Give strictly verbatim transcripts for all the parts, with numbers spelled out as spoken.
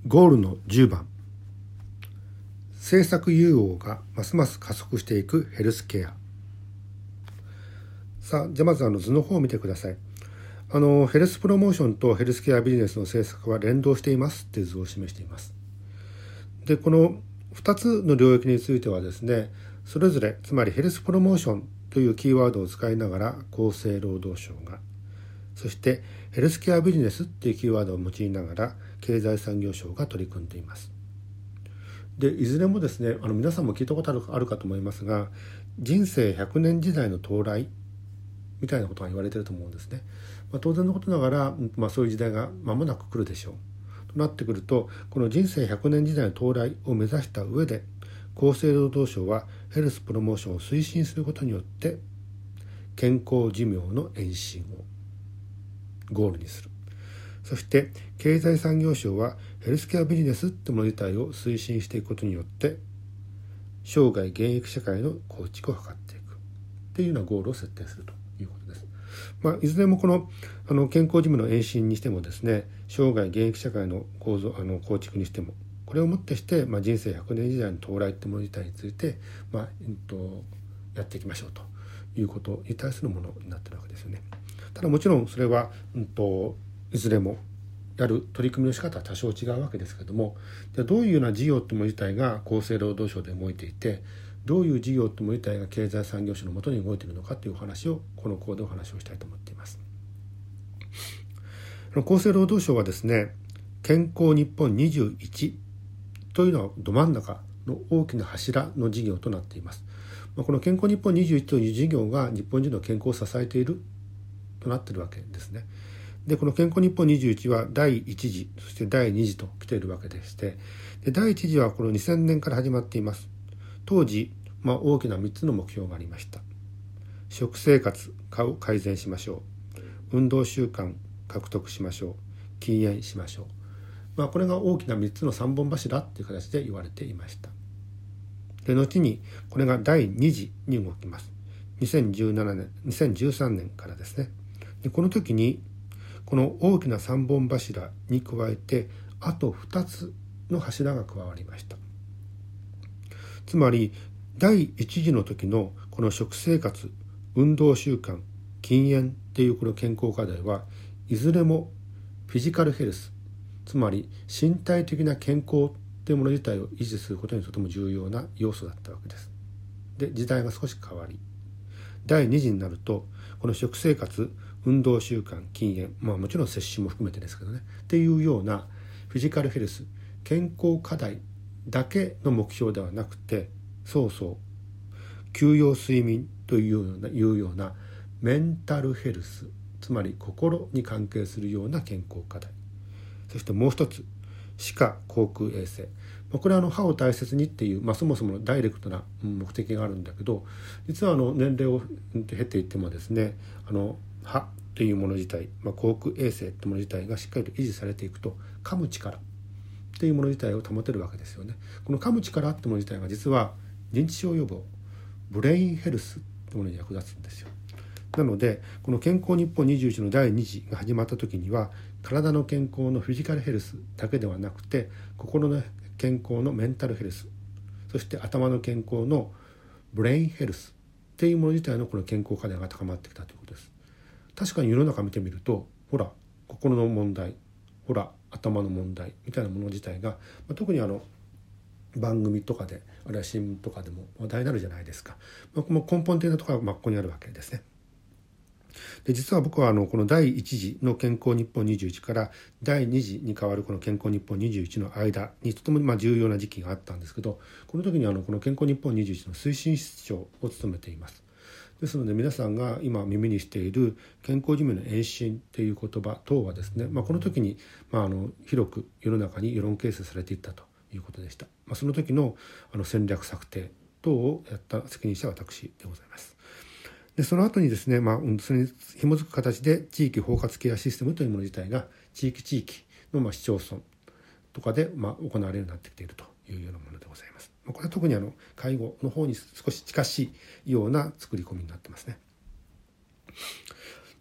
ゴールのじゅうばん、政策融合がますます加速していくヘルスケア。さあ、じゃあまずあの図の方を見てください。あのヘルスプロモーションとヘルスケアビジネスの政策は連動していますっていう図を示しています。で、このふたつの領域についてはですね、それぞれつまりヘルスプロモーションというキーワードを使いながら厚生労働省が、そしてヘルスケアビジネスっていうキーワードを用いながら経済産業省が取り組んでいます。で、いずれもですね、あの皆さんも聞いたことある、あるかと思いますが、人生ひゃくねん時代の到来みたいなことが言われていると思うんですね。まあ、当然のことながら、まあ、そういう時代が間もなく来るでしょう。となってくると、この人生ひゃくねん時代の到来を目指した上で、厚生労働省はヘルスプロモーションを推進することによって健康寿命の延伸をゴールにする。そして経済産業省はヘルスケアビジネスってもの自体を推進していくことによって生涯現役社会の構築を図っていくっていうようなゴールを設定するということです。まあ、いずれもこの、あの健康寿命の延伸にしてもですね、生涯現役社会の構造あの構築にしても、これをもってして、まあ、人生ひゃくねん時代の到来ってもの自体について、まあえっと、やっていきましょうということに対するものになっているわけですよね。ただもちろんそれは、うんと、いずれもやる取り組みの仕方は多少違うわけですけれども、じゃあどういうような事業ってもの自体が厚生労働省で動いていて、どういう事業ってもの自体が経済産業省の下に動いているのかというお話をこの項でお話をしたいと思っています。厚生労働省はですね、健康日本にじゅういちというのはど真ん中の大きな柱の事業となっています。この健康日本にじゅういちという事業が日本人の健康を支えているとなっているわけですね。で、この健康日本にじゅういちはだいいち次、そしてだいに次と来ているわけでして、でだいいち次はこのにせんねんから始まっています。当時、まあ、大きなみっつの目標がありました。食生活を改善しましょう。運動習慣獲得しましょう。禁煙しましょう。まあ、これが大きなみっつのさんぼん柱という形で言われていました。で、後にこれがだいに次に動きます。にせんじゅうななねん、にせんじゅうさんねんからですね。で、この時にこの大きなさんぼん柱に加えてあとふたつの柱が加わりました。つまりだいいち次の時のこの食生活、運動習慣、禁煙っていうこの健康課題はいずれもフィジカルヘルス、つまり身体的な健康というもの自体を維持することにとても重要な要素だったわけです。で、時代が少し変わり、だいに次になるとこの食生活、運動習慣、禁煙、まあもちろん摂取も含めてですけどね、っていうようなフィジカルヘルス、健康課題だけの目標ではなくて、そうそう休養睡眠というようないうようなメンタルヘルス、つまり心に関係するような健康課題、そしてもう一つ歯科口腔衛生、これはあの歯を大切にっていう、まあ、そもそもダイレクトな目的があるんだけど、実はあの年齢を経ていってもですね、あの歯というもの自体、まあ、口腔衛生というもの自体がしっかりと維持されていくと、噛む力というもの自体を保てるわけですよね。この噛む力というもの自体が実は認知症予防、ブレインヘルスというものに役立つんですよ。なのでこの健康日本にじゅういちのだいに次が始まった時には、体の健康のフィジカルヘルスだけではなくて、心の健康のメンタルヘルス、そして頭の健康のブレインヘルスっていうもの自体のこの健康課題が高まってきたということです。確かに世の中見てみると、ほら心の問題、ほら頭の問題みたいなもの自体が、まあ、特にあの番組とかで、あるいは新聞とかでも話題になるじゃないですか。まあ、この根本的なところがまあここにあるわけですね。で、実は僕はあのこのだいいち次の健康日本にじゅういちからだいに次に変わるこの健康日本にじゅういちの間にとてもまあ重要な時期があったんですけど、この時にあのこの健康日本にじゅういちの推進室長を務めています。ですので皆さんが今耳にしている健康寿命の延伸という言葉等はですね、まあ、この時にまああの広く世の中に世論形成されていったということでした。まあ、その時のあの戦略策定等をやった責任者は私でございます。で、その後にですね、まあ、それに紐づく形で地域包括ケアシステムというもの自体が地域地域のまあ市町村とかでまあ行われるようになってきているというようなものでございます。これは特にあの介護の方に少し近しいような作り込みになってますね。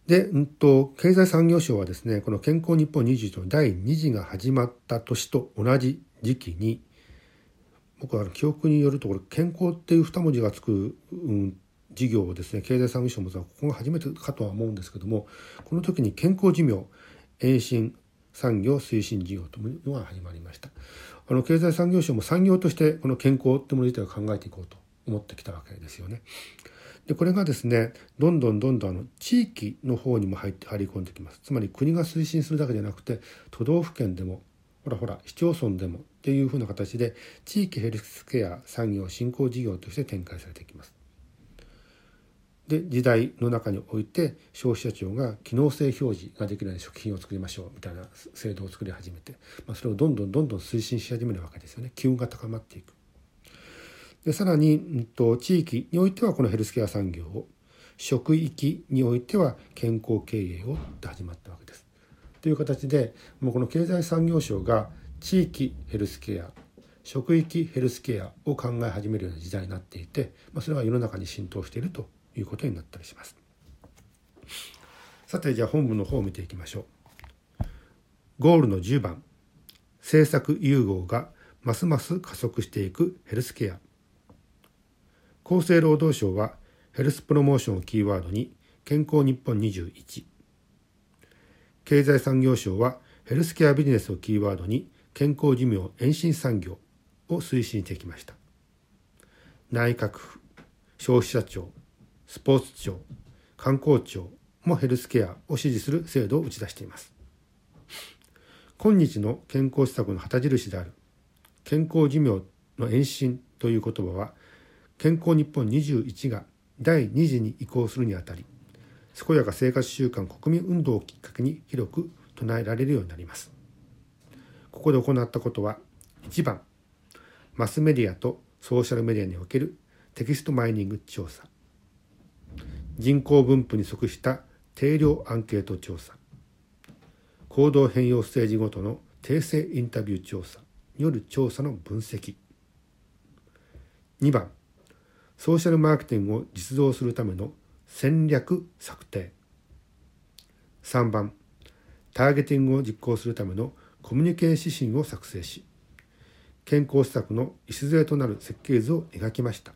で、うんと、経済産業省はですね、この健康日本にじゅういちのだいに次が始まった年と同じ時期に、僕は記憶によるところ健康っていう二文字がつく、うん、事業をですね、経済産業省もここが初めてかとは思うんですけども、この時に健康寿命延伸産業推進事業というのが始まりました。あの経済産業省も産業としてこの健康ってもの自体を考えていこうと思ってきたわけですよね。でこれがですね、どんどんどんどんあの地域の方にも入って入り込んできます。つまり国が推進するだけじゃなくて、都道府県でもほらほら市町村でもっていうふうな形で地域ヘルスケア産業振興事業として展開されていきます。で時代の中において消費者庁が機能性表示ができるような食品を作りましょうみたいな制度を作り始めて、まあ、それをどんどんどんどん推進し始めるわけですよね。機運が高まっていく。でさらに、うんと、地域においてはこのヘルスケア産業を、職域においては健康経営をって始まったわけです。という形でもうこの経済産業省が地域ヘルスケア、職域ヘルスケアを考え始めるような時代になっていて、まあ、それは世の中に浸透しているということになったりします。さてじゃあ本文の方を見ていきましょう。ゴールのじゅうばん、政策融合がますます加速していくヘルスケア。厚生労働省はヘルスプロモーションをキーワードに健康日本にじゅういち、経済産業省はヘルスケアビジネスをキーワードに健康寿命延伸産業を推進してきました。内閣府、消費者庁、スポーツ庁、観光庁もヘルスケアを支持する制度を打ち出しています。今日の健康施策の旗印である健康寿命の延伸という言葉は、健康日本にじゅういちがだいに次に移行するにあたり、健やか生活習慣国民運動をきっかけに広く唱えられるようになります。ここで行ったことは、いちばん、マスメディアとソーシャルメディアにおけるテキストマイニング調査、人口分布に即した定量アンケート調査、行動変容ステージごとの定性インタビュー調査による調査の分析。にばん、ソーシャルマーケティングを実動するための戦略策定。さんばん、ターゲティングを実行するためのコミュニケーション指針を作成し、健康施策の礎となる設計図を描きました。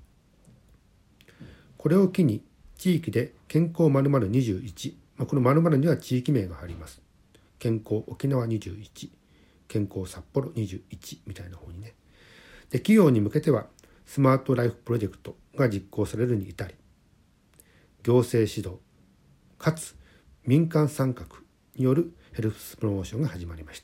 これを機に地域で健康〇〇にじゅういち、まあ、この〇〇には地域名が入ります。健康沖縄にじゅういち、健康札幌にじゅういちみたいな方にね。で企業に向けてはスマートライフプロジェクトが実行されるに至り、行政指導かつ民間参画によるヘルスプロモーションが始まりました。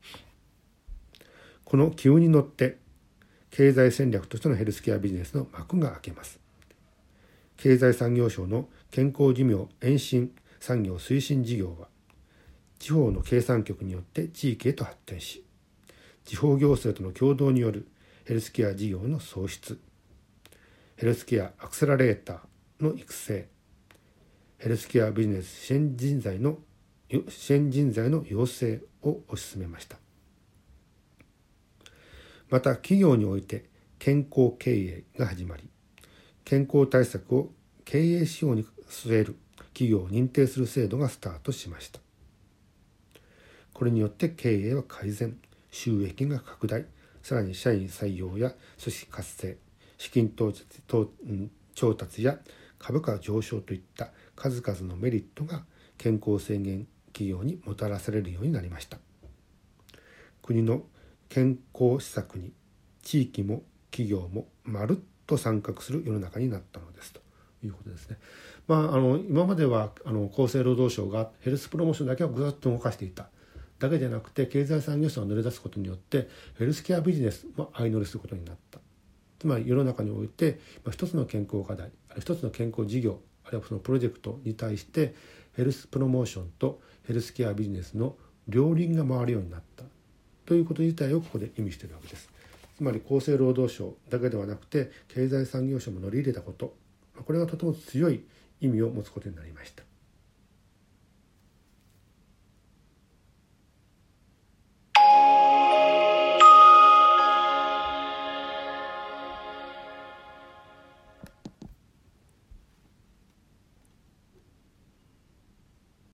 この機運に乗って経済戦略としてのヘルスケアビジネスの幕が開けます。経済産業省の健康寿命延伸産業推進事業は、地方の経産局によって地域へと発展し、地方行政との共同によるヘルスケア事業の創出、ヘルスケアアクセラレーターの育成、ヘルスケアビジネス支援人材の支援人材の養成を推し進めました。また企業において健康経営が始まり、健康対策を経営指標に据える企業を認定する制度がスタートしました。これによって経営は改善、収益が拡大、さらに社員採用や組織活性、資金調達や株価上昇といった数々のメリットが健康制限企業にもたらされるようになりました。国の健康施策に地域も企業もまるっと参画する世の中になったのですということですね。まあ、あの今まではあの厚生労働省がヘルスプロモーションだけをぐっと動かしていただけじゃなくて、経済産業省が乗り出すことによってヘルスケアビジネスも相乗りすることになった。つまり世の中において一つの健康課題、あるいは一つの健康事業、あるいはそのプロジェクトに対してヘルスプロモーションとヘルスケアビジネスの両輪が回るようになったということ自体をここで意味しているわけです。つまり厚生労働省だけではなくて経済産業省も乗り入れたこと、これがとても強い意味を持つことになりました。